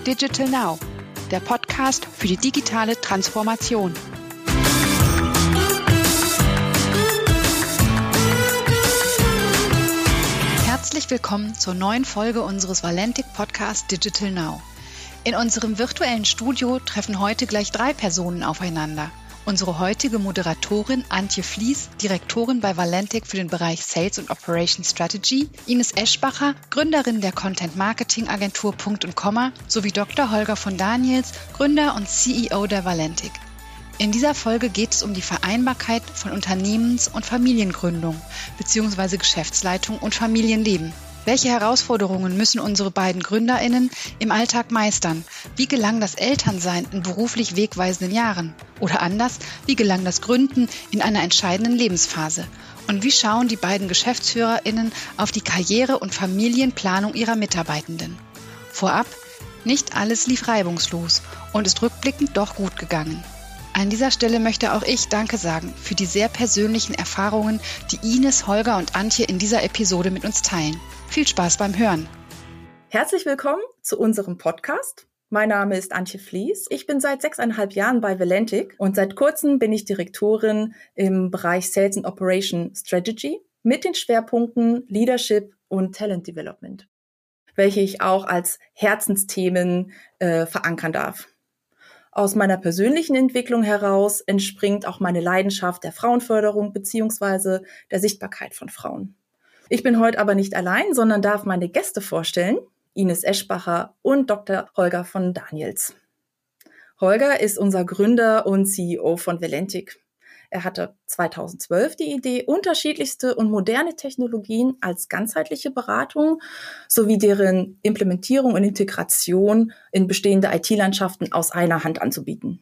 Digital Now, der Podcast für die digitale Transformation. Herzlich willkommen zur neuen Folge unseres Valentic-Podcasts Digital Now. In unserem virtuellen Studio treffen heute gleich 3 Personen aufeinander. Unsere heutige Moderatorin Antje Flies, Direktorin bei Valentic für den Bereich Sales und Operation Strategy, Ines Eschbacher, Gründerin der Content-Marketing-Agentur Punkt & Komma, sowie Dr. Holger von Daniels, Gründer und CEO der Valentic. In dieser Folge geht es um die Vereinbarkeit von Unternehmens- und Familiengründung bzw. Geschäftsleitung und Familienleben. Welche Herausforderungen müssen unsere beiden GründerInnen im Alltag meistern? Wie gelang das Elternsein in beruflich wegweisenden Jahren? Oder anders, wie gelang das Gründen in einer entscheidenden Lebensphase? Und wie schauen die beiden GeschäftsführerInnen auf die Karriere- und Familienplanung ihrer Mitarbeitenden? Vorab, nicht alles lief reibungslos und ist rückblickend doch gut gegangen. An dieser Stelle möchte auch ich Danke sagen für die sehr persönlichen Erfahrungen, die Ines, Holger und Antje in dieser Episode mit uns teilen. Viel Spaß beim Hören. Herzlich willkommen zu unserem Podcast. Mein Name ist Antje Flies. Ich bin seit 6,5 Jahren bei Valentic und seit kurzem bin ich Direktorin im Bereich Sales and Operation Strategy mit den Schwerpunkten Leadership und Talent Development, welche ich auch als Herzensthemen verankern darf. Aus meiner persönlichen Entwicklung heraus entspringt auch meine Leidenschaft der Frauenförderung bzw. der Sichtbarkeit von Frauen. Ich bin heute aber nicht allein, sondern darf meine Gäste vorstellen, Ines Eschbacher und Dr. Holger von Daniels. Holger ist unser Gründer und CEO von Valentic. Er hatte 2012 die Idee, unterschiedlichste und moderne Technologien als ganzheitliche Beratung sowie deren Implementierung und Integration in bestehende IT-Landschaften aus einer Hand anzubieten.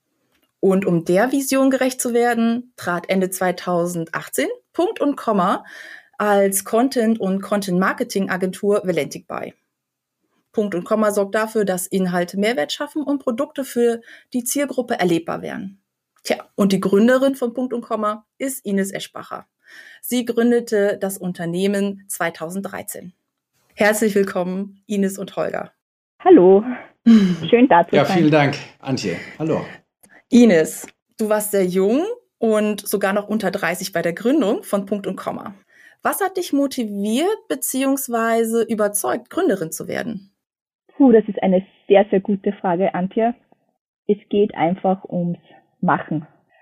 Und um der Vision gerecht zu werden, trat Ende 2018 Punkt & Komma als Content- und Content-Marketing-Agentur Valentic bei. Punkt & Komma sorgt dafür, dass Inhalte Mehrwert schaffen und Produkte für die Zielgruppe erlebbar werden. Und die Gründerin von Punkt & Komma ist Ines Eschbacher. Sie gründete das Unternehmen 2013. Herzlich willkommen, Ines und Holger. Hallo, schön da zu sein. Ja, vielen Dank, Antje. Hallo. Ines, du warst sehr jung und sogar noch unter 30 bei der Gründung von Punkt & Komma. Was hat dich motiviert bzw. überzeugt, Gründerin zu werden? Das ist eine sehr, sehr gute Frage, Antje. Es geht einfach ums Machen.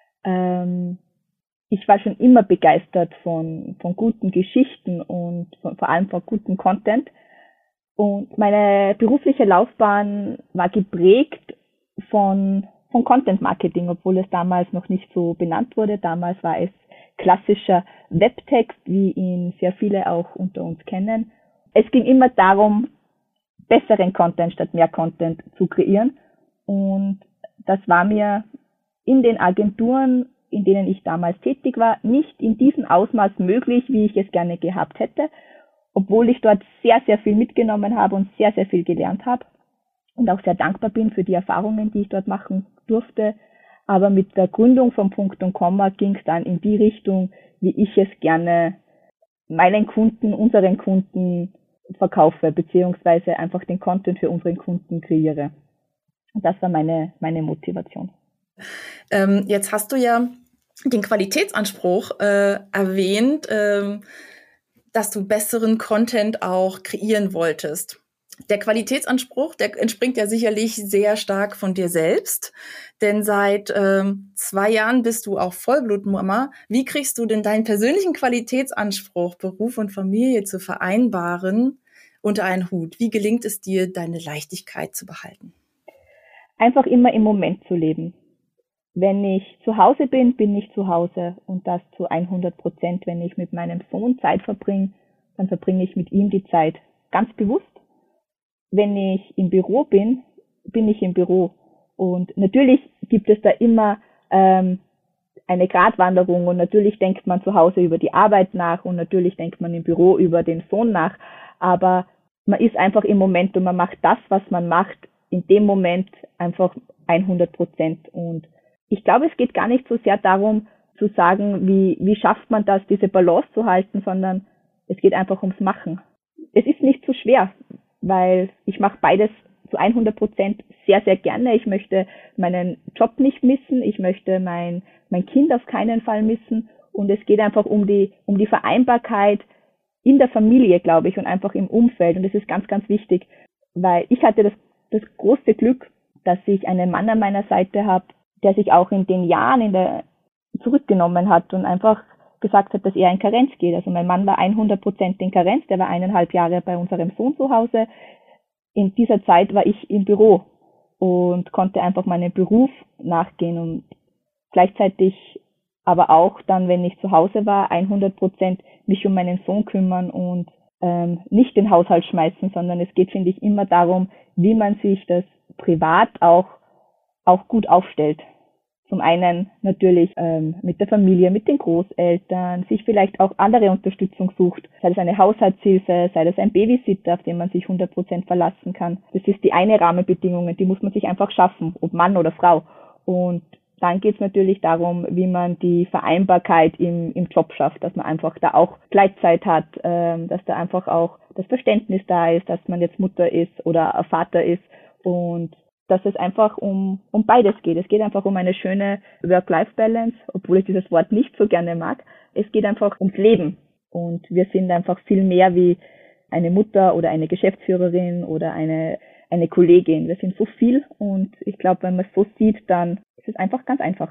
Ich war schon immer begeistert von guten Geschichten und vor allem von gutem Content. Und meine berufliche Laufbahn war geprägt von Content Marketing, obwohl es damals noch nicht so benannt wurde. Damals war es klassischer Webtext, wie ihn sehr viele auch unter uns kennen. Es ging immer darum, besseren Content statt mehr Content zu kreieren. Und das war mir in den Agenturen, in denen ich damals tätig war, nicht in diesem Ausmaß möglich, wie ich es gerne gehabt hätte, obwohl ich dort sehr, sehr viel mitgenommen habe und sehr, sehr viel gelernt habe und auch sehr dankbar bin für die Erfahrungen, die ich dort machen durfte. Aber mit der Gründung von Punkt & Komma ging es dann in die Richtung, wie ich es gerne meinen Kunden, unseren Kunden verkaufe, beziehungsweise einfach den Content für unseren Kunden kreiere. Und das war meine Motivation. Jetzt hast du ja den Qualitätsanspruch erwähnt, dass du besseren Content auch kreieren wolltest. Der Qualitätsanspruch, der entspringt ja sicherlich sehr stark von dir selbst, denn seit 2 Jahren bist du auch Vollblutmama. Wie kriegst du denn deinen persönlichen Qualitätsanspruch, Beruf und Familie zu vereinbaren, unter einen Hut? Wie gelingt es dir, deine Leichtigkeit zu behalten? Einfach immer im Moment zu leben. Wenn ich zu Hause bin, bin ich zu Hause und das zu 100%. Wenn ich mit meinem Sohn Zeit verbringe, dann verbringe ich mit ihm die Zeit ganz bewusst. Wenn ich im Büro bin, bin ich im Büro. Und natürlich gibt es da immer eine Gratwanderung und natürlich denkt man zu Hause über die Arbeit nach und natürlich denkt man im Büro über den Sohn nach. Aber man ist einfach im Moment und man macht das, was man macht, in dem Moment einfach 100%. Und ich glaube, es geht gar nicht so sehr darum zu sagen, wie schafft man das, diese Balance zu halten, sondern es geht einfach ums Machen. Es ist nicht so schwer, weil ich mache beides zu 100% sehr, sehr gerne. Ich möchte meinen Job nicht missen. Ich möchte mein Kind auf keinen Fall missen. Und es geht einfach um die Vereinbarkeit in der Familie, glaube ich, und einfach im Umfeld. Und das ist ganz, ganz wichtig, weil ich hatte das große Glück, dass ich einen Mann an meiner Seite habe, der sich auch in den Jahren zurückgenommen hat und einfach gesagt hat, dass er in Karenz geht. Also mein Mann war 100% in Karenz, der war 1,5 Jahre bei unserem Sohn zu Hause. In dieser Zeit war ich im Büro und konnte einfach meinem Beruf nachgehen und gleichzeitig aber auch dann, wenn ich zu Hause war, 100% mich um meinen Sohn kümmern und nicht den Haushalt schmeißen, sondern es geht, finde ich, immer darum, wie man sich das privat auch gut aufstellt. Zum einen natürlich mit der Familie, mit den Großeltern, sich vielleicht auch andere Unterstützung sucht, sei das eine Haushaltshilfe, sei das ein Babysitter, auf den man sich 100% verlassen kann. Das ist die eine Rahmenbedingung, die muss man sich einfach schaffen, ob Mann oder Frau. Und dann geht es natürlich darum, wie man die Vereinbarkeit im Job schafft, dass man einfach da auch Gleitzeit hat, dass da einfach auch das Verständnis da ist, dass man jetzt Mutter ist oder Vater ist und dass es einfach um beides geht. Es geht einfach um eine schöne Work-Life-Balance, obwohl ich dieses Wort nicht so gerne mag. Es geht einfach ums Leben. Und wir sind einfach viel mehr wie eine Mutter oder eine Geschäftsführerin oder eine Kollegin. Wir sind so viel und ich glaube, wenn man es so sieht, dann ist es einfach ganz einfach.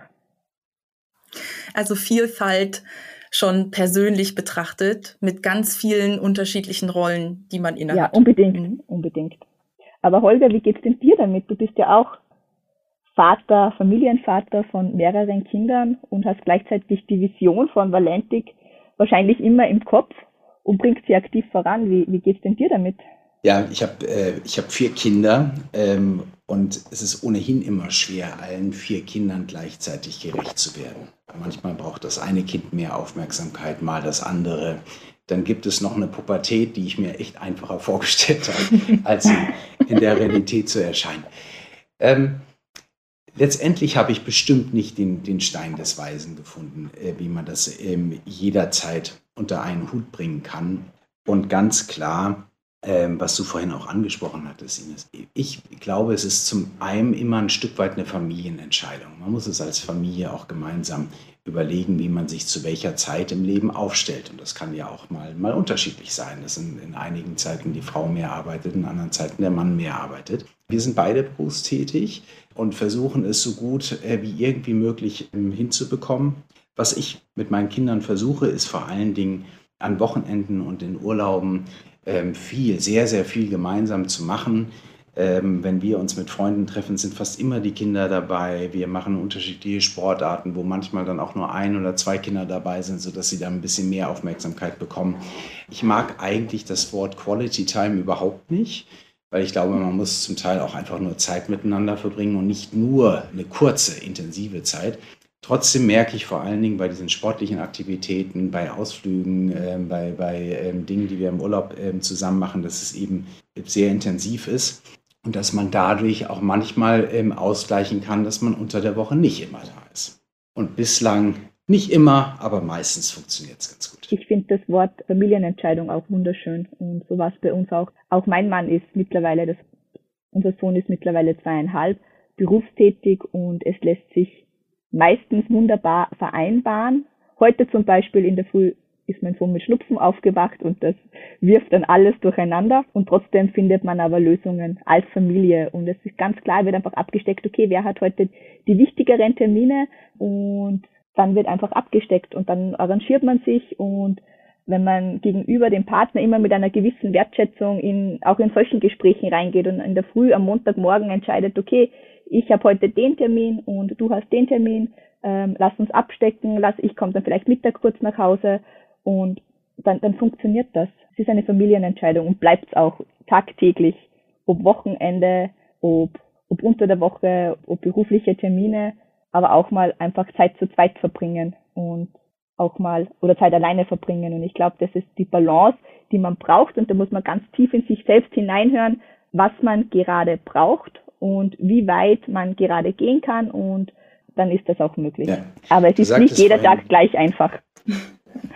Also Vielfalt schon persönlich betrachtet mit ganz vielen unterschiedlichen Rollen, die man innehat. Ja, unbedingt. Aber Holger, wie geht's denn dir damit? Du bist ja auch Vater, Familienvater von mehreren Kindern und hast gleichzeitig die Vision von Valentic wahrscheinlich immer im Kopf und bringst sie aktiv voran. Wie geht's denn dir damit? Ja, ich hab 4 Kinder und es ist ohnehin immer schwer, allen 4 Kindern gleichzeitig gerecht zu werden. Manchmal braucht das eine Kind mehr Aufmerksamkeit, mal das andere. Dann gibt es noch eine Pubertät, die ich mir echt einfacher vorgestellt habe, als sie in der Realität zu erscheinen. Letztendlich habe ich bestimmt nicht den Stein des Weisen gefunden, wie man das jederzeit unter einen Hut bringen kann. Und ganz klar, was du vorhin auch angesprochen hattest, Ines, ich glaube, es ist zum einen immer ein Stück weit eine Familienentscheidung. Man muss es als Familie auch gemeinsam überlegen, wie man sich zu welcher Zeit im Leben aufstellt. Und das kann ja auch mal unterschiedlich sein, dass in einigen Zeiten die Frau mehr arbeitet, in anderen Zeiten der Mann mehr arbeitet. Wir sind beide berufstätig und versuchen es so gut wie irgendwie möglich hinzubekommen. Was ich mit meinen Kindern versuche, ist vor allen Dingen an Wochenenden und in Urlauben sehr, sehr viel gemeinsam zu machen. Wenn wir uns mit Freunden treffen, sind fast immer die Kinder dabei. Wir machen unterschiedliche Sportarten, wo manchmal dann auch nur 1 oder 2 Kinder dabei sind, sodass sie dann ein bisschen mehr Aufmerksamkeit bekommen. Ich mag eigentlich das Wort Quality Time überhaupt nicht, weil ich glaube, man muss zum Teil auch einfach nur Zeit miteinander verbringen und nicht nur eine kurze, intensive Zeit. Trotzdem merke ich vor allen Dingen bei diesen sportlichen Aktivitäten, bei Ausflügen, bei Dingen, die wir im Urlaub zusammen machen, dass es eben sehr intensiv ist und dass man dadurch auch manchmal ausgleichen kann, dass man unter der Woche nicht immer da ist. Und bislang nicht immer, aber meistens funktioniert es ganz gut. Ich finde das Wort Familienentscheidung auch wunderschön und so war es bei uns auch. Auch mein Mann ist mittlerweile, unser Sohn ist mittlerweile 2,5, berufstätig und es lässt sich meistens wunderbar vereinbaren. Heute zum Beispiel in der Früh ist mein Sohn mit Schnupfen aufgewacht und das wirft dann alles durcheinander und trotzdem findet man aber Lösungen als Familie und es ist ganz klar, wird einfach abgesteckt, okay, wer hat heute die wichtigeren Termine und dann wird einfach abgesteckt und dann arrangiert man sich und wenn man gegenüber dem Partner immer mit einer gewissen Wertschätzung auch in solchen Gesprächen reingeht und in der Früh am Montagmorgen entscheidet, okay, ich habe heute den Termin und du hast den Termin, lass uns abstecken, ich komme dann vielleicht Mittag kurz nach Hause und dann funktioniert das. Es ist eine Familienentscheidung und bleibt es auch tagtäglich, ob Wochenende, ob unter der Woche, ob berufliche Termine, aber auch mal einfach Zeit zu zweit verbringen und auch mal oder Zeit alleine verbringen. Und ich glaube, das ist die Balance, die man braucht und da muss man ganz tief in sich selbst hineinhören, was man gerade braucht und wie weit man gerade gehen kann und dann ist das auch möglich. Ja. Aber es ist nicht jeder Tag gleich einfach.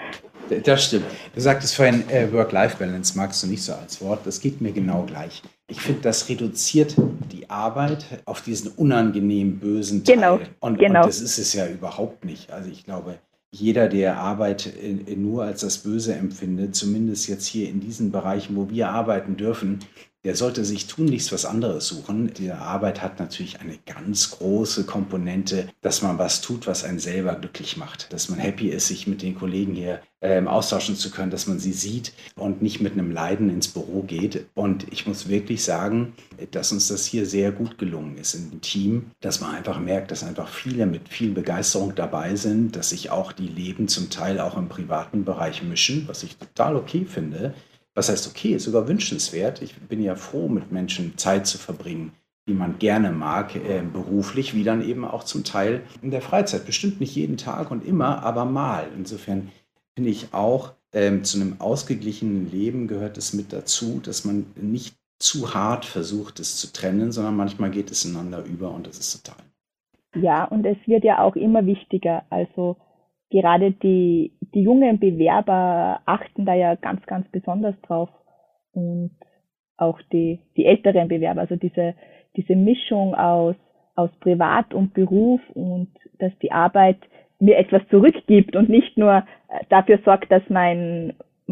Das stimmt. Du sagtest vorhin, Work-Life-Balance magst du nicht so als Wort. Das geht mir genau gleich. Ich finde, das reduziert die Arbeit auf diesen unangenehm bösen Teil. Genau, Und genau. das ist es ja überhaupt nicht. Also ich glaube, jeder, der Arbeit nur als das Böse empfindet, zumindest jetzt hier in diesen Bereichen, wo wir arbeiten dürfen, der sollte sich tunlichst was anderes suchen. Die Arbeit hat natürlich eine ganz große Komponente, dass man was tut, was einen selber glücklich macht. Dass man happy ist, sich mit den Kollegen hier austauschen zu können, dass man sie sieht und nicht mit einem Leiden ins Büro geht. Und ich muss wirklich sagen, dass uns das hier sehr gut gelungen ist im Team, dass man einfach merkt, dass einfach viele mit viel Begeisterung dabei sind, dass sich auch die Leben zum Teil auch im privaten Bereich mischen, was ich total okay finde. Was heißt okay, sogar wünschenswert. Ich bin ja froh, mit Menschen Zeit zu verbringen, die man gerne mag, beruflich, wie dann eben auch zum Teil in der Freizeit. Bestimmt nicht jeden Tag und immer, aber mal. Insofern finde ich auch, zu einem ausgeglichenen Leben gehört es mit dazu, dass man nicht zu hart versucht, es zu trennen, sondern manchmal geht es ineinander über und das ist total. Ja, und es wird ja auch immer wichtiger. Also gerade die jungen Bewerber achten da ja ganz, ganz besonders drauf. Und auch die älteren Bewerber, also diese Mischung aus Privat und Beruf und dass die Arbeit mir etwas zurückgibt und nicht nur dafür sorgt, dass mein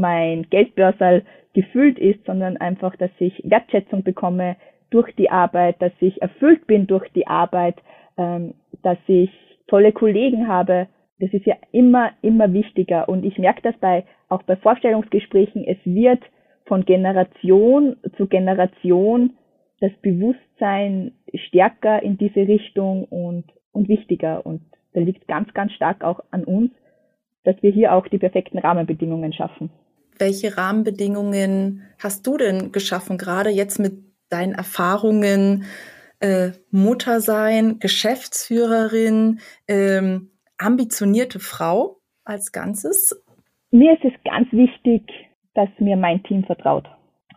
Geldbörsel gefüllt ist, sondern einfach, dass ich Wertschätzung bekomme durch die Arbeit, dass ich erfüllt bin durch die Arbeit, dass ich tolle Kollegen habe. Das ist ja immer wichtiger. Und ich merke das auch bei Vorstellungsgesprächen, es wird von Generation zu Generation das Bewusstsein stärker in diese Richtung und wichtiger. Und da liegt ganz, ganz stark auch an uns, dass wir hier auch die perfekten Rahmenbedingungen schaffen. Welche Rahmenbedingungen hast du denn geschaffen, gerade jetzt mit deinen Erfahrungen, Mutter sein, Geschäftsführerin, ambitionierte Frau als Ganzes? Mir ist es ganz wichtig, dass mir mein Team vertraut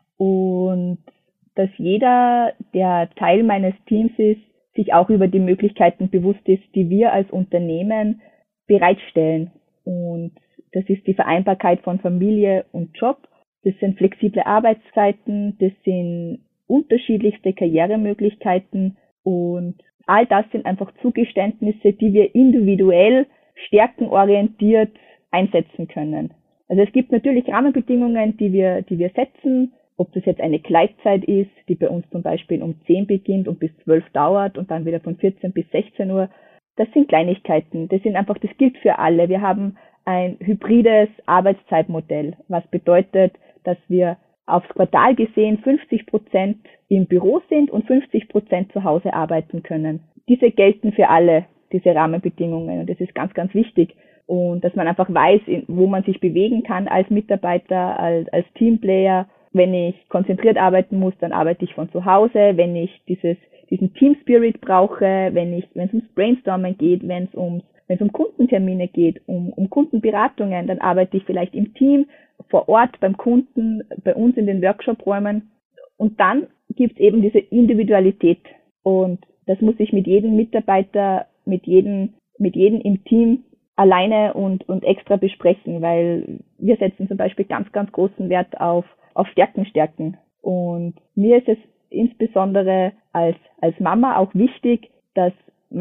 und dass jeder, der Teil meines Teams ist, sich auch über die Möglichkeiten bewusst ist, die wir als Unternehmen bereitstellen. Und das ist die Vereinbarkeit von Familie und Job. Das sind flexible Arbeitszeiten, das sind unterschiedlichste Karrieremöglichkeiten und all das sind einfach Zugeständnisse, die wir individuell stärkenorientiert einsetzen können. Also es gibt natürlich Rahmenbedingungen, die wir setzen, ob das jetzt eine Gleitzeit ist, die bei uns zum Beispiel um 10 beginnt und bis 12 dauert und dann wieder von 14 bis 16 Uhr. Das sind Kleinigkeiten. Das gilt für alle. Wir haben ein hybrides Arbeitszeitmodell, was bedeutet, dass wir aufs Quartal gesehen 50% im Büro sind und 50% zu Hause arbeiten können. Diese gelten für alle, diese Rahmenbedingungen. Und das ist ganz, ganz wichtig. Und dass man einfach weiß, wo man sich bewegen kann als Mitarbeiter, als Teamplayer. Wenn ich konzentriert arbeiten muss, dann arbeite ich von zu Hause. Wenn ich diesen Team Spirit brauche, wenn es ums Brainstorming geht, wenn es um Kundentermine geht, um Kundenberatungen, dann arbeite ich vielleicht im Team, vor Ort beim Kunden, bei uns in den Workshop-Räumen. Und dann gibt es eben diese Individualität. Und das muss ich mit jedem Mitarbeiter, mit jedem im Team alleine und extra besprechen, weil wir setzen zum Beispiel ganz, ganz großen Wert auf Stärken. Und mir ist es insbesondere als Mama auch wichtig, dass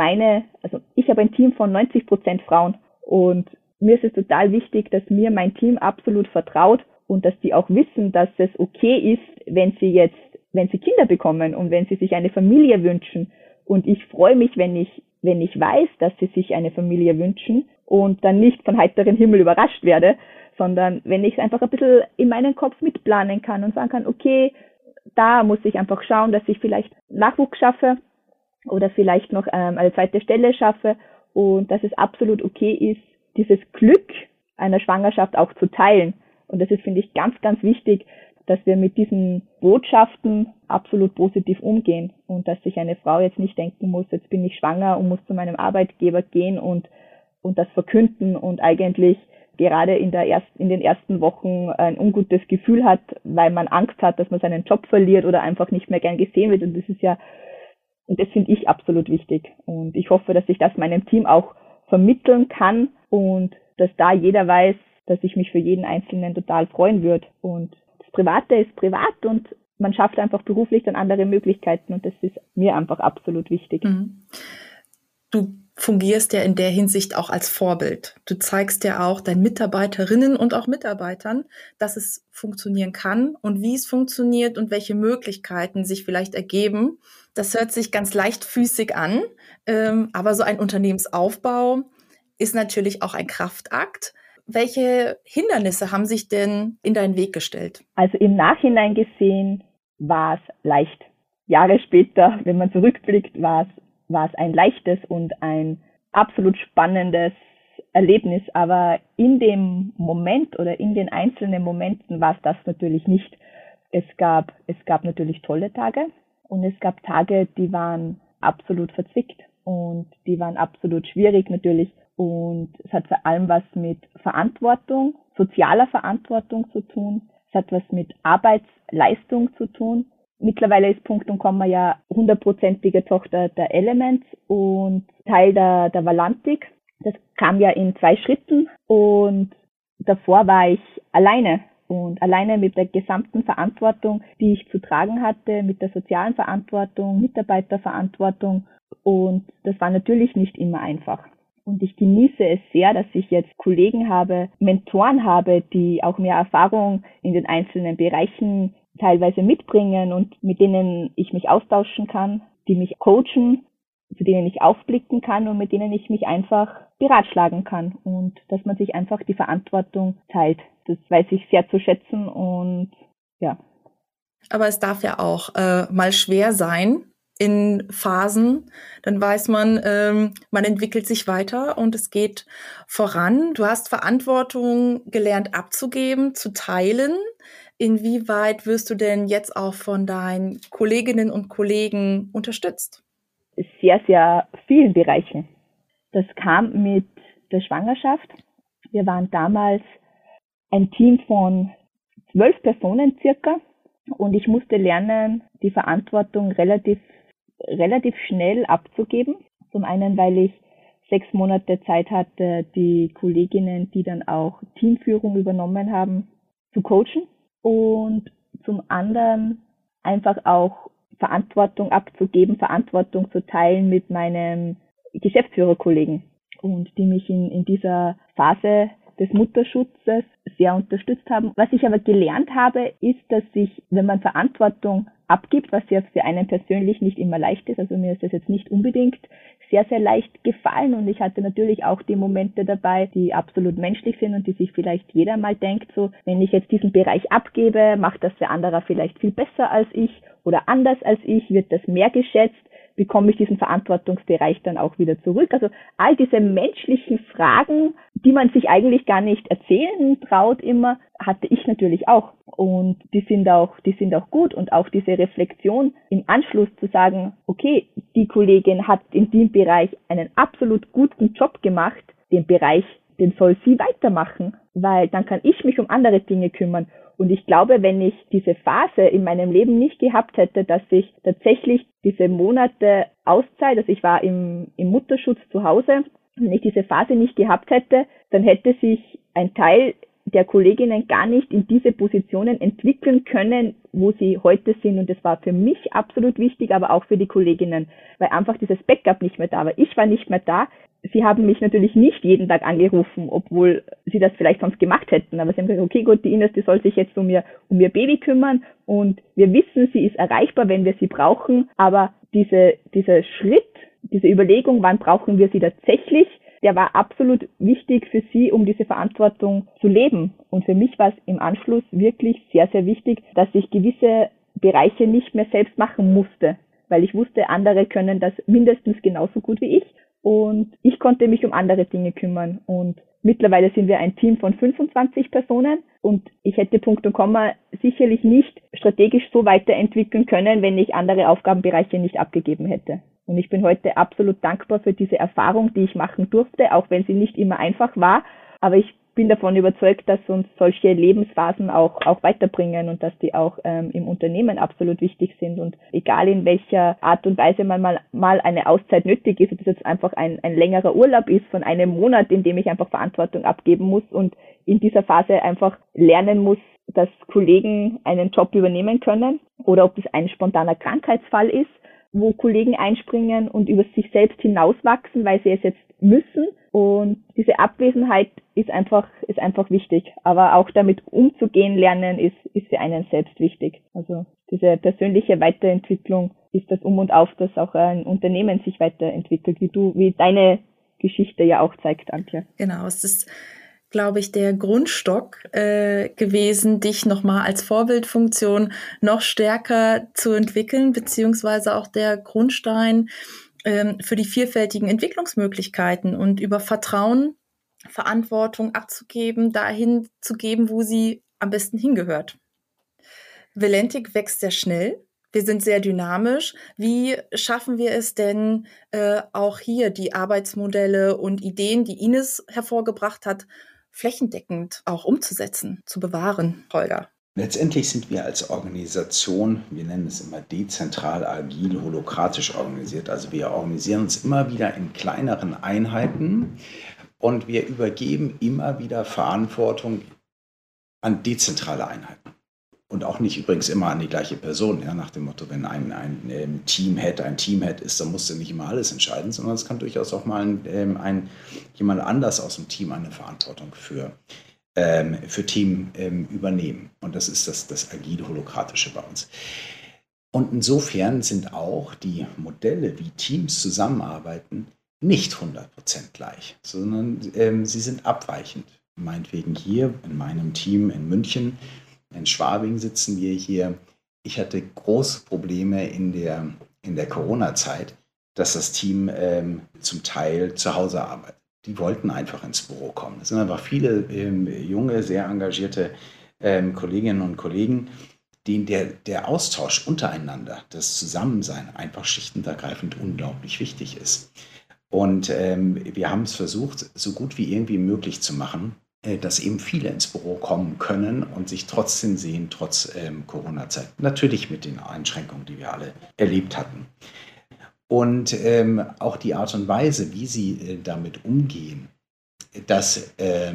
ich habe ein Team von 90% Frauen und mir ist es total wichtig, dass mir mein Team absolut vertraut und dass die auch wissen, dass es okay ist, wenn sie Kinder bekommen und wenn sie sich eine Familie wünschen. Und ich freue mich, wenn ich weiß, dass sie sich eine Familie wünschen und dann nicht von heiterem Himmel überrascht werde, sondern wenn ich es einfach ein bisschen in meinen Kopf mitplanen kann und sagen kann, okay, da muss ich einfach schauen, dass ich vielleicht Nachwuchs schaffe oder vielleicht noch eine zweite Stelle schaffe und dass es absolut okay ist, dieses Glück einer Schwangerschaft auch zu teilen. Und das ist, finde ich, ganz, ganz wichtig, dass wir mit diesen Botschaften absolut positiv umgehen und dass sich eine Frau jetzt nicht denken muss, jetzt bin ich schwanger und muss zu meinem Arbeitgeber gehen und das verkünden und eigentlich gerade in den ersten Wochen ein ungutes Gefühl hat, weil man Angst hat, dass man seinen Job verliert oder einfach nicht mehr gern gesehen wird. Und das finde ich absolut wichtig. Und ich hoffe, dass ich das meinem Team auch vermitteln kann und dass da jeder weiß, dass ich mich für jeden Einzelnen total freuen würde. Und das Private ist privat und man schafft einfach beruflich dann andere Möglichkeiten und das ist mir einfach absolut wichtig. Mhm. Du fungierst ja in der Hinsicht auch als Vorbild. Du zeigst ja auch deinen Mitarbeiterinnen und auch Mitarbeitern, dass es funktionieren kann und wie es funktioniert und welche Möglichkeiten sich vielleicht ergeben. Das hört sich ganz leichtfüßig an, aber so ein Unternehmensaufbau ist natürlich auch ein Kraftakt. Welche Hindernisse haben sich denn in deinen Weg gestellt? Also im Nachhinein gesehen war es leicht. Jahre später, wenn man zurückblickt, war es ein leichtes und ein absolut spannendes Erlebnis. Aber in dem Moment oder in den einzelnen Momenten war es das natürlich nicht. Es gab natürlich tolle Tage und es gab Tage, die waren absolut verzwickt und die waren absolut schwierig natürlich. Und es hat vor allem was mit Verantwortung, sozialer Verantwortung zu tun. Es hat was mit Arbeitsleistung zu tun. Mittlerweile ist Punkt und Komma ja 100%ige Tochter der Elements und Teil der Valantik. Das kam ja in 2 Schritten und davor war ich alleine und alleine mit der gesamten Verantwortung, die ich zu tragen hatte, mit der sozialen Verantwortung, Mitarbeiterverantwortung und das war natürlich nicht immer einfach. Und ich genieße es sehr, dass ich jetzt Kollegen habe, Mentoren habe, die auch mehr Erfahrung in den einzelnen Bereichen teilweise mitbringen und mit denen ich mich austauschen kann, die mich coachen, zu denen ich aufblicken kann und mit denen ich mich einfach beratschlagen kann und dass man sich einfach die Verantwortung teilt. Das weiß ich sehr zu schätzen und ja. Aber es darf ja auch mal schwer sein in Phasen, dann weiß man, man entwickelt sich weiter und es geht voran. Du hast Verantwortung gelernt abzugeben, zu teilen. Inwieweit wirst du denn jetzt auch von deinen Kolleginnen und Kollegen unterstützt? Sehr, sehr vielen Bereichen. Das kam mit der Schwangerschaft. Wir waren damals ein Team von 12 Personen circa und ich musste lernen, die Verantwortung relativ schnell abzugeben. Zum einen, weil ich 6 Monate Zeit hatte, die Kolleginnen, die dann auch Teamführung übernommen haben, zu coachen. Und zum anderen einfach auch Verantwortung abzugeben, Verantwortung zu teilen mit meinem Geschäftsführerkollegen und die mich in dieser Phase des Mutterschutzes sehr unterstützt haben. Was ich aber gelernt habe, ist, dass sich, wenn man Verantwortung abgibt, was ja für einen persönlich nicht immer leicht ist, also mir ist das jetzt nicht unbedingt sehr, sehr leicht gefallen und ich hatte natürlich auch die Momente dabei, die absolut menschlich sind und die sich vielleicht jeder mal denkt, so, wenn ich jetzt diesen Bereich abgebe, macht das der andere vielleicht viel besser als ich oder anders als ich, wird das mehr geschätzt, bekomme ich diesen Verantwortungsbereich dann auch wieder zurück. Also all diese menschlichen Fragen, die man sich eigentlich gar nicht erzählen traut immer, hatte ich natürlich auch. Und die sind auch gut. Und auch diese Reflexion im Anschluss zu sagen, okay, die Kollegin hat in dem Bereich einen absolut guten Job gemacht, den Bereich, den soll sie weitermachen, weil dann kann ich mich um andere Dinge kümmern. Und ich glaube, wenn ich diese Phase in meinem Leben nicht gehabt hätte, dass ich tatsächlich diese Monate Auszeit, also ich war im Mutterschutz zu Hause, wenn ich diese Phase nicht gehabt hätte, dann hätte sich ein Teil der Kolleginnen gar nicht in diese Positionen entwickeln können, wo sie heute sind. Und das war für mich absolut wichtig, aber auch für die Kolleginnen, weil einfach dieses Backup nicht mehr da war. Ich war nicht mehr da. Sie haben mich natürlich nicht jeden Tag angerufen, obwohl sie das vielleicht sonst gemacht hätten. Aber sie haben gesagt, okay, gut, die Ines, die soll sich jetzt um ihr Baby kümmern und wir wissen, sie ist erreichbar, wenn wir sie brauchen. Aber dieser Schritt, diese Überlegung, wann brauchen wir sie tatsächlich, der war absolut wichtig für sie, um diese Verantwortung zu leben. Und für mich war es im Anschluss wirklich sehr, sehr wichtig, dass ich gewisse Bereiche nicht mehr selbst machen musste, weil ich wusste, andere können das mindestens genauso gut wie ich. Und ich konnte mich um andere Dinge kümmern. Und mittlerweile sind wir ein Team von 25 Personen. Und ich hätte Punkt und Komma sicherlich nicht strategisch so weiterentwickeln können, wenn ich andere Aufgabenbereiche nicht abgegeben hätte. Und ich bin heute absolut dankbar für diese Erfahrung, die ich machen durfte, auch wenn sie nicht immer einfach war. Aber ich bin davon überzeugt, dass uns solche Lebensphasen auch weiterbringen und dass die auch im Unternehmen absolut wichtig sind. Und egal in welcher Art und Weise man mal eine Auszeit nötig ist, ob das jetzt einfach ein längerer Urlaub ist von einem Monat, in dem ich einfach Verantwortung abgeben muss und in dieser Phase einfach lernen muss, dass Kollegen einen Job übernehmen können, oder ob das ein spontaner Krankheitsfall ist, wo Kollegen einspringen und über sich selbst hinauswachsen, weil sie es jetzt müssen. Und diese Abwesenheit ist einfach wichtig. Aber auch damit umzugehen lernen ist für einen selbst wichtig. Also diese persönliche Weiterentwicklung ist das Um und Auf, dass auch ein Unternehmen sich weiterentwickelt, wie deine Geschichte ja auch zeigt, Antje. Genau, es ist, glaube ich, der Grundstock gewesen, dich nochmal als Vorbildfunktion noch stärker zu entwickeln, beziehungsweise auch der Grundstein für die vielfältigen Entwicklungsmöglichkeiten und über Vertrauen, Verantwortung abzugeben, dahin zu geben, wo sie am besten hingehört. Valentic wächst sehr schnell. Wir sind sehr dynamisch. Wie schaffen wir es denn, auch hier die Arbeitsmodelle und Ideen, die Ines hervorgebracht hat, flächendeckend auch umzusetzen, zu bewahren, Holger? Letztendlich sind wir als Organisation, wir nennen es immer dezentral, agil, holokratisch organisiert. Also wir organisieren uns immer wieder in kleineren Einheiten und wir übergeben immer wieder Verantwortung an dezentrale Einheiten. Und auch nicht übrigens immer an die gleiche Person, ja, nach dem Motto, wenn ein Teamhead ist, dann musst du nicht immer alles entscheiden, sondern es kann durchaus auch mal jemand anders aus dem Team eine Verantwortung für Team übernehmen. Und das ist das agile, holokratische bei uns. Und insofern sind auch die Modelle, wie Teams zusammenarbeiten, nicht 100% gleich, sondern sie sind abweichend. Meinetwegen hier in meinem Team in München, in Schwabing sitzen wir hier. Ich hatte große Probleme in der Corona-Zeit, dass das Team zum Teil zu Hause arbeitet. Die wollten einfach ins Büro kommen. Es sind einfach viele junge, sehr engagierte Kolleginnen und Kollegen, denen der Austausch untereinander, das Zusammensein einfach schlicht und ergreifend unglaublich wichtig ist. Und wir haben es versucht, so gut wie irgendwie möglich zu machen, dass eben viele ins Büro kommen können und sich trotzdem sehen, trotz Corona-Zeit. Natürlich mit den Einschränkungen, die wir alle erlebt hatten. Und auch die Art und Weise, wie sie damit umgehen, dass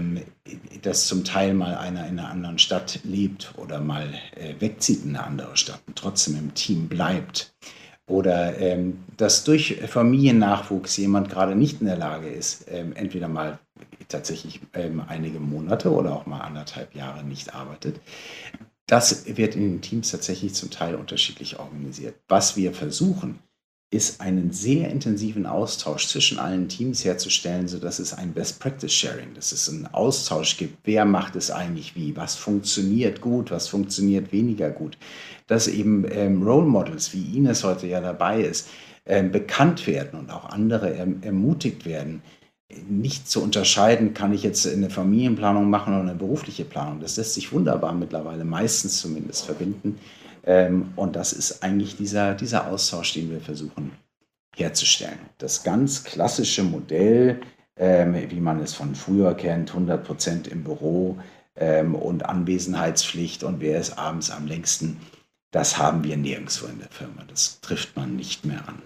zum Teil mal einer in einer anderen Stadt lebt oder mal wegzieht in eine andere Stadt und trotzdem im Team bleibt. Oder dass durch Familiennachwuchs jemand gerade nicht in der Lage ist, entweder mal tatsächlich einige Monate oder auch mal 1,5 Jahre nicht arbeitet. Das wird in den Teams tatsächlich zum Teil unterschiedlich organisiert. Was wir versuchen, ist einen sehr intensiven Austausch zwischen allen Teams herzustellen, sodass es ein Best-Practice-Sharing, dass es einen Austausch gibt, wer macht es eigentlich wie, was funktioniert gut, was funktioniert weniger gut, dass eben Role Models, wie Ines heute ja dabei ist, bekannt werden und auch andere ermutigt werden, nicht zu unterscheiden, kann ich jetzt eine Familienplanung machen oder eine berufliche Planung. Das lässt sich wunderbar mittlerweile, meistens zumindest, verbinden. Und das ist eigentlich dieser Austausch, den wir versuchen herzustellen. Das ganz klassische Modell, wie man es von früher kennt, 100% im Büro und Anwesenheitspflicht und wer ist abends am längsten, das haben wir nirgendwo in der Firma. Das trifft man nicht mehr an.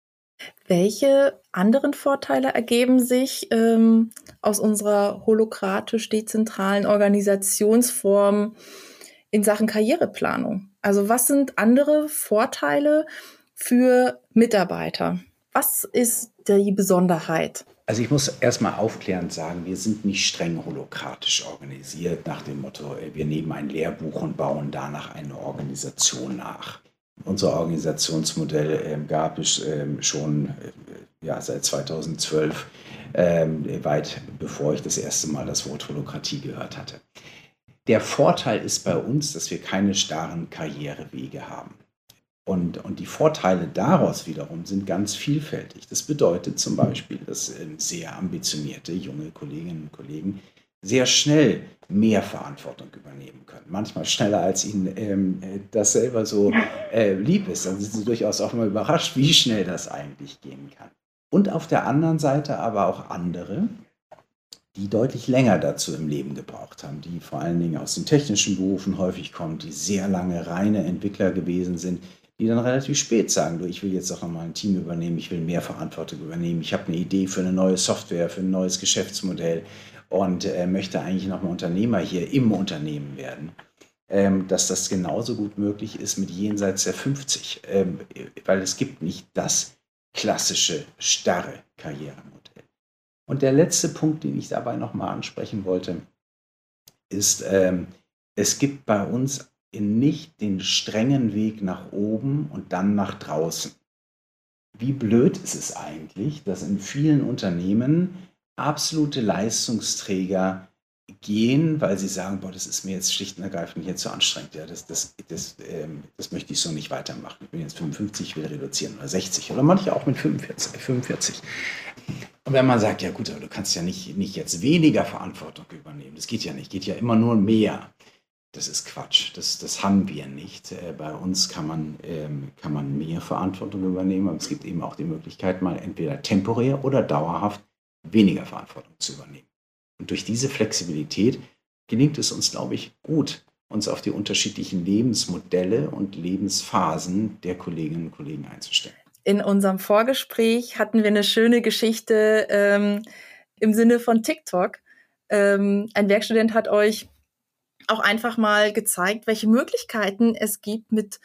Welche anderen Vorteile ergeben sich aus unserer holokratisch-dezentralen Organisationsform in Sachen Karriereplanung? Also was sind andere Vorteile für Mitarbeiter? Was ist die Besonderheit? Also ich muss erstmal aufklärend sagen, wir sind nicht streng holokratisch organisiert nach dem Motto, wir nehmen ein Lehrbuch und bauen danach eine Organisation nach. Unser Organisationsmodell gab es schon seit 2012, weit bevor ich das erste Mal das Wort Holokratie gehört hatte. Der Vorteil ist bei uns, dass wir keine starren Karrierewege haben. Und die Vorteile daraus wiederum sind ganz vielfältig. Das bedeutet zum Beispiel, dass sehr ambitionierte junge Kolleginnen und Kollegen sehr schnell mehr Verantwortung übernehmen können. Manchmal schneller, als ihnen das selber so lieb ist. Dann sind sie durchaus auch mal überrascht, wie schnell das eigentlich gehen kann. Und auf der anderen Seite aber auch andere, die deutlich länger dazu im Leben gebraucht haben, die vor allen Dingen aus den technischen Berufen häufig kommen, die sehr lange reine Entwickler gewesen sind, die dann relativ spät sagen, du, ich will jetzt doch nochmal ein Team übernehmen, ich will mehr Verantwortung übernehmen, ich habe eine Idee für eine neue Software, für ein neues Geschäftsmodell und möchte eigentlich nochmal Unternehmer hier im Unternehmen werden. Dass das genauso gut möglich ist mit jenseits der 50, weil es gibt nicht das klassische, starre Karrieremodell. Und der letzte Punkt, den ich dabei nochmal ansprechen wollte, ist, es gibt bei uns nicht den strengen Weg nach oben und dann nach draußen. Wie blöd ist es eigentlich, dass in vielen Unternehmen absolute Leistungsträger gehen, weil sie sagen, boah, das ist mir jetzt schlicht und ergreifend hier zu anstrengend. Ja, das möchte ich so nicht weitermachen. Ich bin jetzt 55, will reduzieren oder 60 oder manche auch mit 45. Und wenn man sagt, ja gut, aber du kannst ja nicht jetzt weniger Verantwortung übernehmen. Das geht ja nicht, geht ja immer nur mehr. Das ist Quatsch, das haben wir nicht. Bei uns kann man mehr Verantwortung übernehmen, aber es gibt eben auch die Möglichkeit, mal entweder temporär oder dauerhaft weniger Verantwortung zu übernehmen. Und durch diese Flexibilität gelingt es uns, glaube ich, gut, uns auf die unterschiedlichen Lebensmodelle und Lebensphasen der Kolleginnen und Kollegen einzustellen. In unserem Vorgespräch hatten wir eine schöne Geschichte im Sinne von TikTok. Ein Werkstudent hat euch auch einfach mal gezeigt, welche Möglichkeiten es gibt mit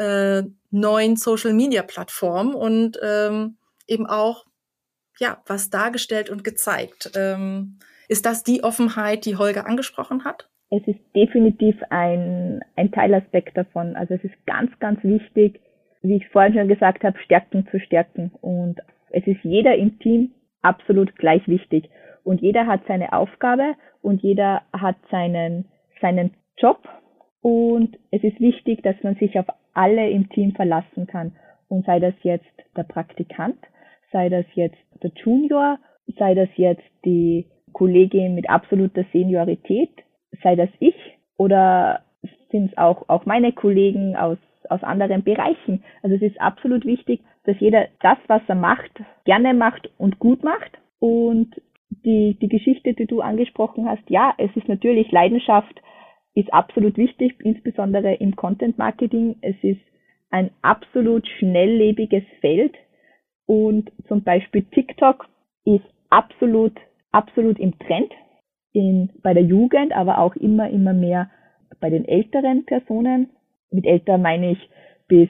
neuen Social-Media-Plattformen und eben auch was dargestellt und gezeigt. Ist das die Offenheit, die Holger angesprochen hat? Es ist definitiv ein Teilaspekt davon. Also es ist ganz, ganz wichtig, wie ich vorhin schon gesagt habe, Stärken zu stärken. Und es ist jeder im Team absolut gleich wichtig. Und jeder hat seine Aufgabe und jeder hat seinen Job. Und es ist wichtig, dass man sich auf alle im Team verlassen kann. Und sei das jetzt der Praktikant, sei das jetzt der Junior, sei das jetzt die Kollegin mit absoluter Seniorität, sei das ich oder sind es auch meine Kollegen aus anderen Bereichen. Also es ist absolut wichtig, dass jeder das, was er macht, gerne macht und gut macht. Und die Geschichte, die du angesprochen hast, ja, es ist natürlich, Leidenschaft ist absolut wichtig, insbesondere im Content Marketing. Es ist ein absolut schnelllebiges Feld. Und zum Beispiel TikTok ist absolut im Trend bei der Jugend, aber auch immer mehr bei den älteren Personen. Mit älter meine ich bis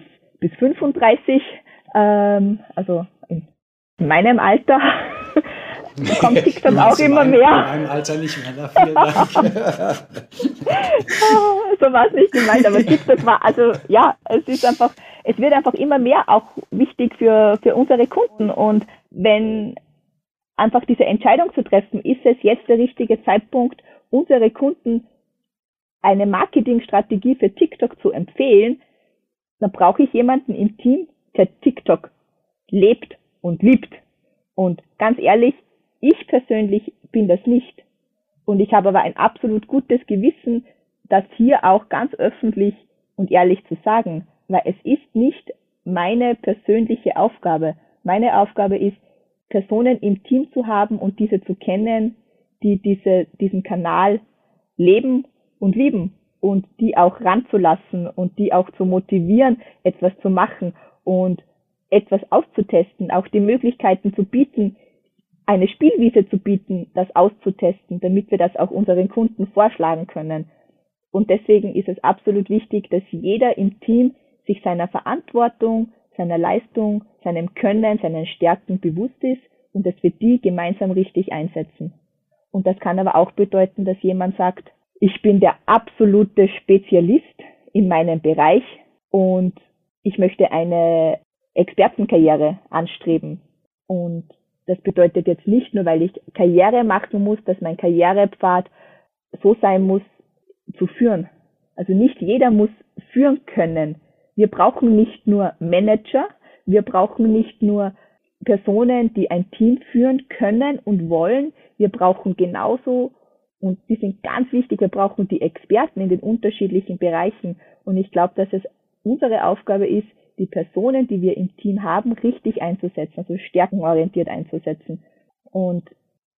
35, also in meinem Alter kommt TikTok auch immer mehr. In meinem Alter nicht mehr, vielen Dank. So war es nicht gemeint, aber TikTok war, also ja, es wird einfach immer mehr auch wichtig für unsere Kunden. Und wenn einfach diese Entscheidung zu treffen, ist es jetzt der richtige Zeitpunkt, unsere Kunden eine Marketingstrategie für TikTok zu empfehlen, dann brauche ich jemanden im Team, der TikTok lebt und liebt. Und ganz ehrlich, ich persönlich bin das nicht. Und ich habe aber ein absolut gutes Gewissen, das hier auch ganz öffentlich und ehrlich zu sagen, weil es ist nicht meine persönliche Aufgabe. Meine Aufgabe ist, Personen im Team zu haben und diese zu kennen, die diesen Kanal leben und lieben und die auch ranzulassen und die auch zu motivieren, etwas zu machen und etwas auszutesten, auch die Möglichkeiten zu bieten, eine Spielwiese zu bieten, das auszutesten, damit wir das auch unseren Kunden vorschlagen können. Und deswegen ist es absolut wichtig, dass jeder im Team sich seiner Verantwortung, seiner Leistung, seinem Können, seinen Stärken bewusst ist und dass wir die gemeinsam richtig einsetzen. Und das kann aber auch bedeuten, dass jemand sagt, ich bin der absolute Spezialist in meinem Bereich und ich möchte eine Expertenkarriere anstreben. Und das bedeutet jetzt nicht nur, weil ich Karriere machen muss, dass mein Karrierepfad so sein muss, zu führen. Also nicht jeder muss führen können. Wir brauchen nicht nur Manager, wir brauchen nicht nur Personen, die ein Team führen können und wollen. Wir brauchen genauso, und die sind ganz wichtig, wir brauchen die Experten in den unterschiedlichen Bereichen. Und ich glaube, dass es unsere Aufgabe ist, die Personen, die wir im Team haben, richtig einzusetzen, also stärkenorientiert einzusetzen. Und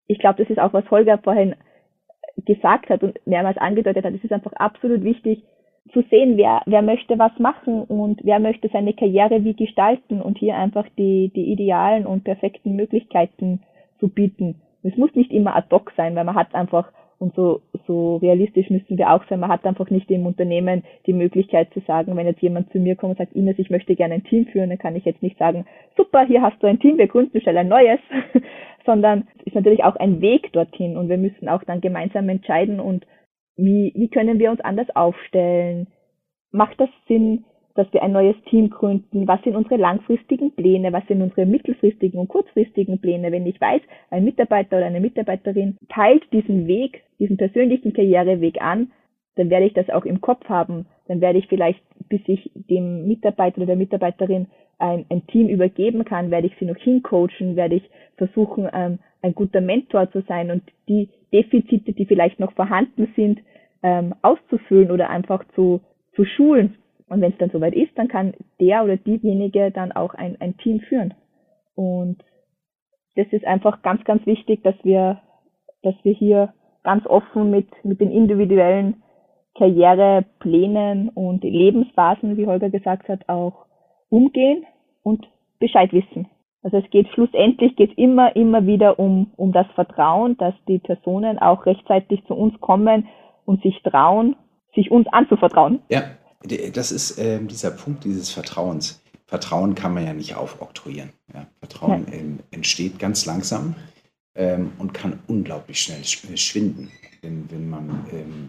ich glaube, das ist auch, was Holger vorhin gesagt hat und mehrmals angedeutet hat. Es ist einfach absolut wichtig zu sehen, wer möchte was machen und wer möchte seine Karriere wie gestalten und hier einfach die idealen und perfekten Möglichkeiten zu bieten. Es muss nicht immer ad hoc sein, weil man hat einfach, und so realistisch müssen wir auch sein, man hat einfach nicht im Unternehmen die Möglichkeit zu sagen, wenn jetzt jemand zu mir kommt und sagt, Ines, ich möchte gerne ein Team führen, dann kann ich jetzt nicht sagen, super, hier hast du ein Team, wir gründen schnell ein neues, sondern es ist natürlich auch ein Weg dorthin und wir müssen auch dann gemeinsam entscheiden und wie können wir uns anders aufstellen? Macht das Sinn, dass wir ein neues Team gründen? Was sind unsere langfristigen Pläne? Was sind unsere mittelfristigen und kurzfristigen Pläne? Wenn ich weiß, ein Mitarbeiter oder eine Mitarbeiterin teilt diesen Weg, diesen persönlichen Karriereweg an, dann werde ich das auch im Kopf haben. Dann werde ich vielleicht, bis ich dem Mitarbeiter oder der Mitarbeiterin ein Team übergeben kann, werde ich sie noch hincoachen, werde ich versuchen, ein guter Mentor zu sein und die Defizite, die vielleicht noch vorhanden sind, auszufüllen oder einfach zu schulen. Und wenn es dann soweit ist, dann kann der oder diejenige dann auch ein Team führen. Und das ist einfach ganz, ganz wichtig, dass wir hier ganz offen mit den individuellen Karriereplänen und Lebensphasen, wie Holger gesagt hat, auch umgehen und Bescheid wissen. Also es geht schlussendlich immer wieder um das Vertrauen, dass die Personen auch rechtzeitig zu uns kommen und sich trauen, sich uns anzuvertrauen. Ja, das ist dieser Punkt dieses Vertrauens. Vertrauen kann man ja nicht aufoktroyieren. Ja? Vertrauen entsteht ganz langsam und kann unglaublich schnell schwinden. Wenn man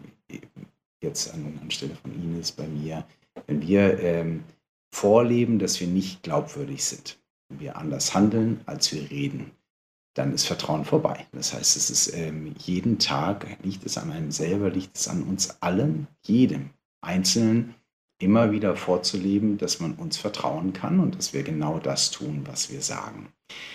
jetzt anstelle von Ines bei mir, wenn wir vorleben, dass wir nicht glaubwürdig sind, wenn wir anders handeln, als wir reden, dann ist Vertrauen vorbei. Das heißt, es ist jeden Tag, liegt es an einem selber, liegt es an uns allen, jedem Einzelnen, immer wieder vorzuleben, dass man uns vertrauen kann und dass wir genau das tun, was wir sagen.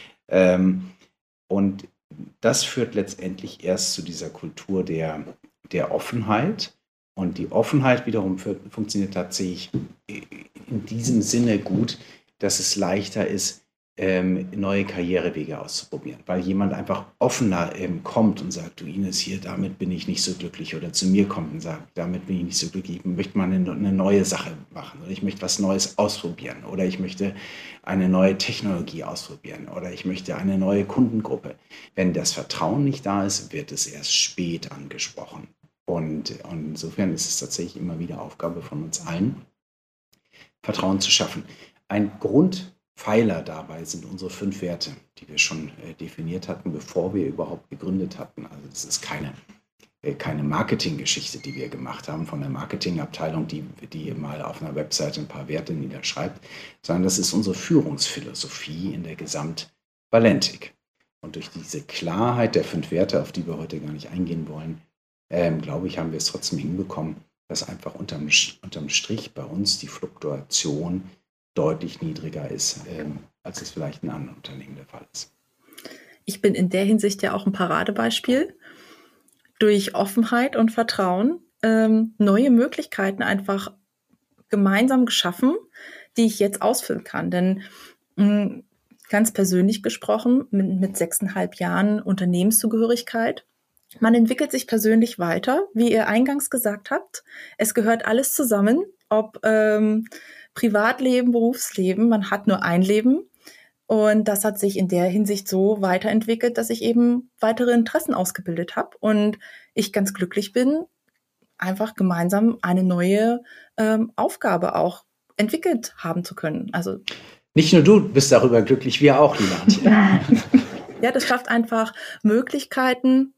Und das führt letztendlich erst zu dieser Kultur der Offenheit. Und die Offenheit wiederum funktioniert tatsächlich in diesem Sinne gut, dass es leichter ist, neue Karrierewege auszuprobieren, weil jemand einfach offener kommt und sagt, du Ines, hier, damit bin ich nicht so glücklich, oder zu mir kommt und sagt, damit bin ich nicht so glücklich, ich möchte mal eine neue Sache machen oder ich möchte was Neues ausprobieren oder ich möchte eine neue Technologie ausprobieren oder ich möchte eine neue Kundengruppe. Wenn das Vertrauen nicht da ist, wird es erst spät angesprochen. Und insofern ist es tatsächlich immer wieder Aufgabe von uns allen, Vertrauen zu schaffen. Ein Grundpfeiler dabei sind unsere 5 Werte, die wir schon definiert hatten, bevor wir überhaupt gegründet hatten. Also das ist keine Marketinggeschichte, die wir gemacht haben von der Marketingabteilung, die mal auf einer Webseite ein paar Werte niederschreibt, sondern das ist unsere Führungsphilosophie in der Gesamt-Valentic. Und durch diese Klarheit der 5 Werte, auf die wir heute gar nicht eingehen wollen, glaube ich, haben wir es trotzdem hinbekommen, dass einfach unterm Strich bei uns die Fluktuation deutlich niedriger ist, als es vielleicht in anderen Unternehmen der Fall ist. Ich bin in der Hinsicht ja auch ein Paradebeispiel. Durch Offenheit und Vertrauen neue Möglichkeiten einfach gemeinsam geschaffen, die ich jetzt ausfüllen kann. Denn ganz persönlich gesprochen, mit 6,5 Jahren Unternehmenszugehörigkeit, man entwickelt sich persönlich weiter, wie ihr eingangs gesagt habt. Es gehört alles zusammen, ob Privatleben, Berufsleben, man hat nur ein Leben. Und das hat sich in der Hinsicht so weiterentwickelt, dass ich eben weitere Interessen ausgebildet habe und ich ganz glücklich bin, einfach gemeinsam eine neue Aufgabe auch entwickelt haben zu können. Also nicht nur du bist darüber glücklich, wir auch, liebe Antje. Ja, das schafft einfach Möglichkeiten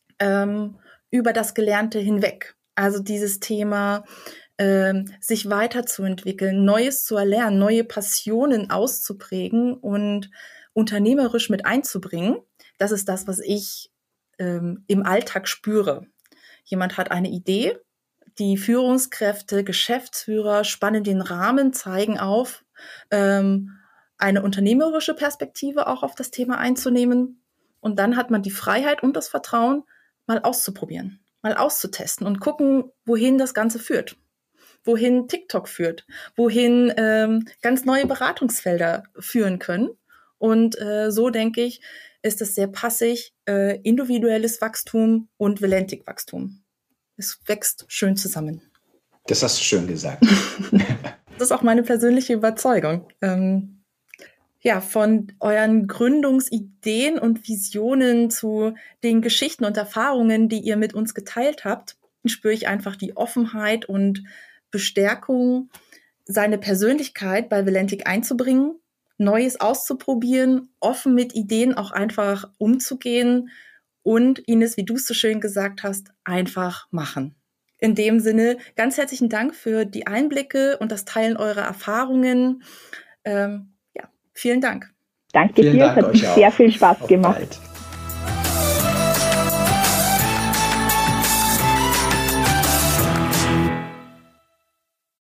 über das Gelernte hinweg. Also dieses Thema, sich weiterzuentwickeln, Neues zu erlernen, neue Passionen auszuprägen und unternehmerisch mit einzubringen. Das ist das, was ich im Alltag spüre. Jemand hat eine Idee, die Führungskräfte, Geschäftsführer spannen den Rahmen, zeigen auf, eine unternehmerische Perspektive auch auf das Thema einzunehmen. Und dann hat man die Freiheit und das Vertrauen, mal auszuprobieren, mal auszutesten und gucken, wohin das Ganze führt. Wohin TikTok führt, wohin ganz neue Beratungsfelder führen können. Und so denke ich, ist es sehr passig, individuelles Wachstum und Valentic-Wachstum. Es wächst schön zusammen. Das hast du schön gesagt. Das ist auch meine persönliche Überzeugung. Von euren Gründungsideen und Visionen zu den Geschichten und Erfahrungen, die ihr mit uns geteilt habt, spüre ich einfach die Offenheit und Bestärkung, seine Persönlichkeit bei Valentic einzubringen, Neues auszuprobieren, offen mit Ideen auch einfach umzugehen und, Ines, wie du es so schön gesagt hast, einfach machen. In dem Sinne, ganz herzlichen Dank für die Einblicke und das Teilen eurer Erfahrungen. Vielen Dank. Danke dir, es hat sehr viel Spaß gemacht. Bald.